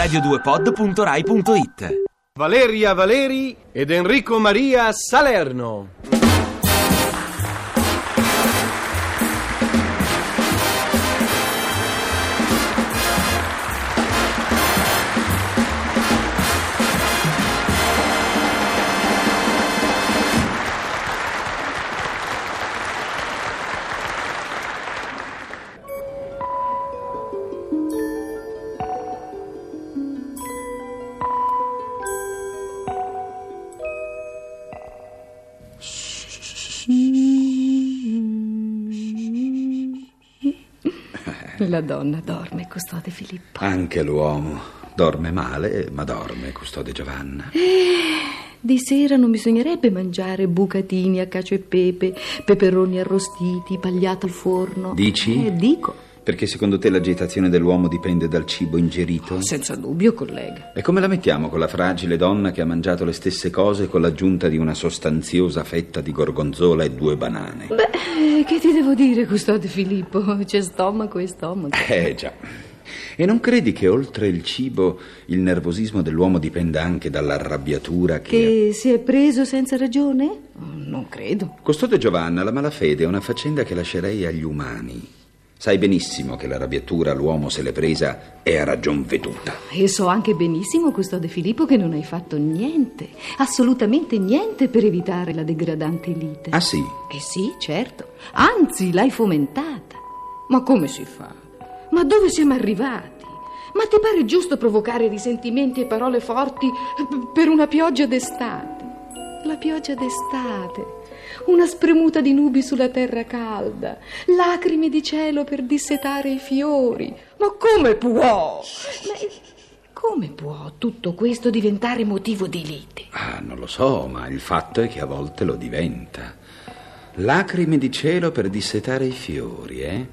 radio2pod.rai.it. Valeria Valeri ed Enrico Maria Salerno. La donna dorme, custode Filippo. Anche l'uomo dorme male, ma dorme, custode Giovanna. Di sera non bisognerebbe mangiare bucatini a cacio e pepe, peperoni arrostiti, pagliato al forno. Dici? Dico. Perché secondo te l'agitazione dell'uomo dipende dal cibo ingerito? Senza dubbio, collega. E come la mettiamo con la fragile donna che ha mangiato le stesse cose con l'aggiunta di una sostanziosa fetta di gorgonzola e 2 banane? Beh, che ti devo dire, custode Filippo? C'è stomaco e stomaco. Già. E non credi che oltre il cibo il nervosismo dell'uomo dipenda anche dall'arrabbiatura Che si è preso senza ragione? Non credo. Custode Giovanna, la malafede è una faccenda che lascerei agli umani. Sai benissimo che l'arrabbiatura l'uomo se l'è presa e a ragion veduta. E so anche benissimo, custode Filippo, che non hai fatto niente, assolutamente niente per evitare la degradante lite. Ah sì? Sì, certo. Anzi, l'hai fomentata. Ma come si fa? Ma dove siamo arrivati? Ma ti pare giusto provocare risentimenti e parole forti per una pioggia d'estate? La pioggia d'estate, una spremuta di nubi sulla terra calda, lacrime di cielo per dissetare i fiori. Ma come può? Come può tutto questo diventare motivo di lite? Non lo so, ma il fatto è che a volte lo diventa. Lacrime di cielo per dissetare i fiori, eh?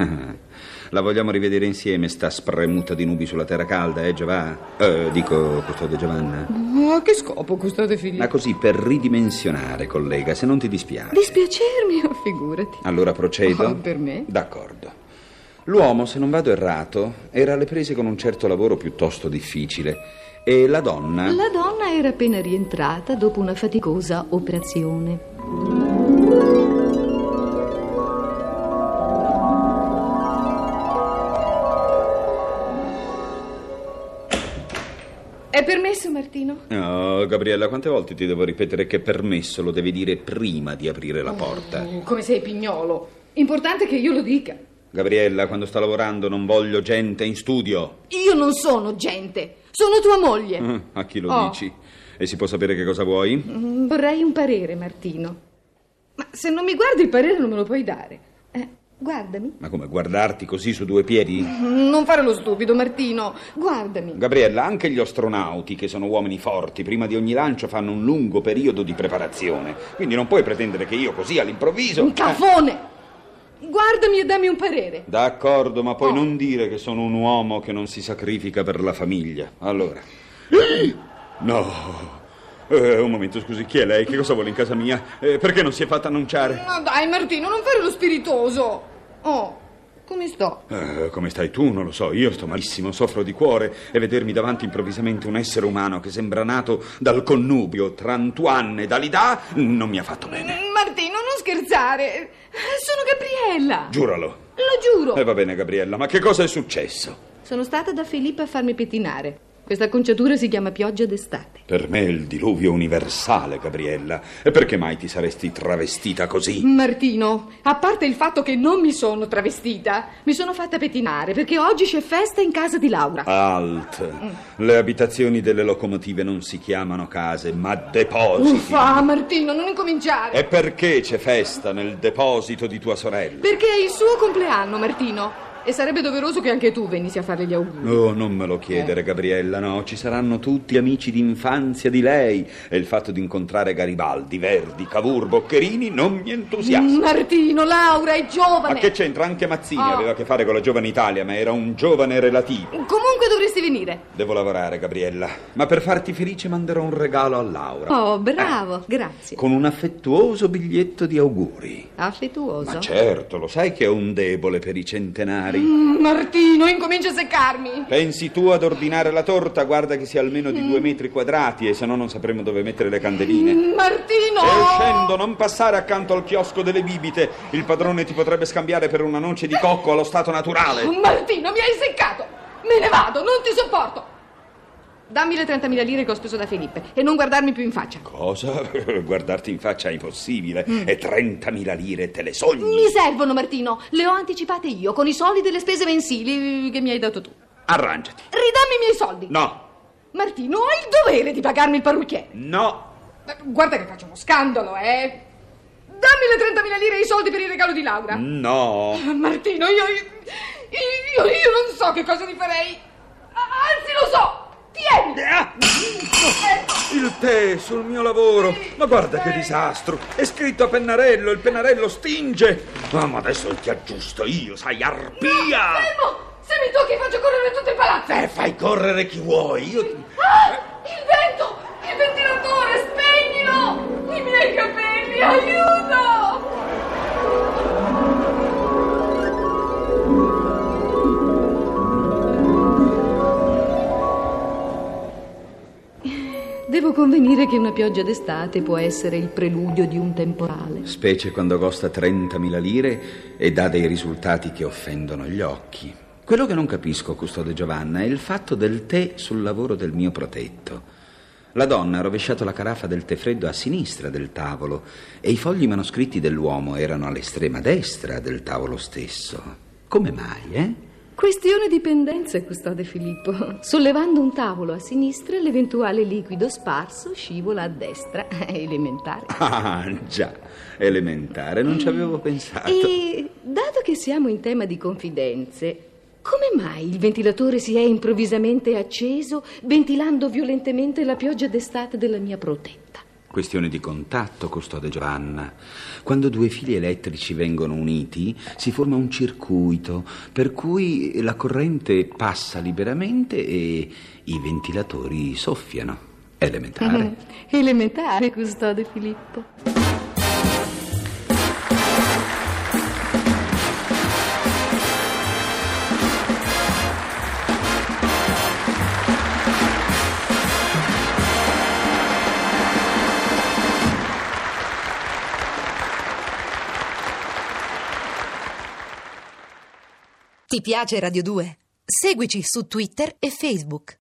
La vogliamo rivedere insieme, sta spremuta di nubi sulla terra calda, Giovanna? Dico, custode Giovanna. Ma a che scopo, custode Filippo? Ma così, per ridimensionare, collega, se non ti dispiace. Dispiacermi? Figurati. Allora procedo? Per me? D'accordo. L'uomo, se non vado errato, era alle prese con un certo lavoro piuttosto difficile. E la donna? La donna era appena rientrata dopo una faticosa operazione. È permesso, Martino? No, Gabriella, quante volte ti devo ripetere che permesso lo devi dire prima di aprire la porta? Come sei pignolo. Importante che io lo dica. Gabriella, quando sto lavorando non voglio gente in studio. Io non sono gente, sono tua moglie. A chi lo dici? E si può sapere che cosa vuoi? Vorrei un parere, Martino. Ma se non mi guardi il parere non me lo puoi dare. Guardami. Ma come, guardarti così su 2 piedi? Non fare lo stupido, Martino. Guardami. Gabriella, anche gli astronauti, che sono uomini forti, prima di ogni lancio fanno un lungo periodo di preparazione. Quindi non puoi pretendere che io così all'improvviso... Un cafone! Guardami e dammi un parere. D'accordo, ma poi non dire che sono un uomo che non si sacrifica per la famiglia. Allora... No... un momento, scusi, chi è lei? Che cosa vuole in casa mia? Perché non si è fatta annunciare? No, dai, Martino, non fare lo spiritoso. Come sto? Come stai tu? Non lo so, io sto malissimo, soffro di cuore e vedermi davanti improvvisamente un essere umano che sembra nato dal connubio tra Antoine e Dalida non mi ha fatto bene. Martino, non scherzare. Sono Gabriella. Giuralo. Lo giuro. Va bene, Gabriella, ma che cosa è successo? Sono stata da Filippo a farmi pettinare. Questa acconciatura si chiama pioggia d'estate. Per me è il diluvio universale, Gabriella. E perché mai ti saresti travestita così? Martino, a parte il fatto che non mi sono travestita, mi sono fatta pettinare perché oggi c'è festa in casa di Laura. Alt. Le abitazioni delle locomotive non si chiamano case, ma depositi. Uffa, Martino, non incominciare. E perché c'è festa nel deposito di tua sorella? Perché è il suo compleanno, Martino. E sarebbe doveroso che anche tu venissi a fare gli auguri. Oh, non me lo chiedere, Gabriella, no. Ci saranno tutti amici d'infanzia di lei. E il fatto di incontrare Garibaldi, Verdi, Cavour, Boccherini non mi entusiasma. Martino, Laura è giovane. Ma che c'entra? Anche Mazzini aveva a che fare con la giovane Italia, ma era un giovane relativo. Comunque dovresti venire. Devo lavorare, Gabriella. Ma per farti felice manderò un regalo a Laura. Oh, bravo, grazie. Con un affettuoso biglietto di auguri. Affettuoso? Ma certo, lo sai che ho un debole per i centenari. lunari. Martino, incomincia a seccarmi. Pensi tu ad ordinare la torta? Guarda che sia almeno di 2 metri quadrati, e se no non sapremo dove mettere le candeline. Martino! E uscendo, non passare accanto al chiosco delle bibite. Il padrone ti potrebbe scambiare per una noce di cocco allo stato naturale. Martino, mi hai seccato! Me ne vado, non ti sopporto! Dammi le 30.000 lire che ho speso da Felipe e non guardarmi più in faccia. Cosa? Guardarti in faccia è impossibile. E 30.000 lire te le sogni. Mi servono, Martino. Le ho anticipate io con i soldi delle spese mensili che mi hai dato tu. Arrangiati. Ridammi i miei soldi. No. Martino, hai il dovere di pagarmi il parrucchiere. No. Guarda che faccio uno scandalo, eh. Dammi le 30.000 lire e i soldi per il regalo di Laura. No. Martino, io non so che cosa ti farei. Anzi, lo so. Tieni! Il tè sul mio lavoro. Ma guarda che disastro. È scritto a pennarello, il pennarello stinge. Ma adesso ti aggiusto io, sai, arpia. No, fermo! Se mi tocchi faccio correre tutto il palazzo. Fai correre chi vuoi. Il vento! Il ventilatore! Spegnilo! I miei capelli, aiuto! Devo convenire che una pioggia d'estate può essere il preludio di un temporale. Specie quando costa 30.000 lire e dà dei risultati che offendono gli occhi. Quello che non capisco, custode Giovanna, è il fatto del tè sul lavoro del mio protetto. La donna ha rovesciato la carafa del tè freddo a sinistra del tavolo e i fogli manoscritti dell'uomo erano all'estrema destra del tavolo stesso. Come mai, eh? Questione di pendenze, custode Filippo. Sollevando un tavolo a sinistra, l'eventuale liquido sparso scivola a destra. È elementare. Ah, già, elementare, non ci avevo pensato. E dato che siamo in tema di confidenze, come mai il ventilatore si è improvvisamente acceso, ventilando violentemente la pioggia d'estate della mia protetta? Questione di contatto, custode Giovanna. Quando 2 fili elettrici vengono uniti, si forma un circuito, per cui la corrente passa liberamente e i ventilatori soffiano. Elementare. Elementare, custode Filippo. Ti piace Radio 2? Seguici su Twitter e Facebook.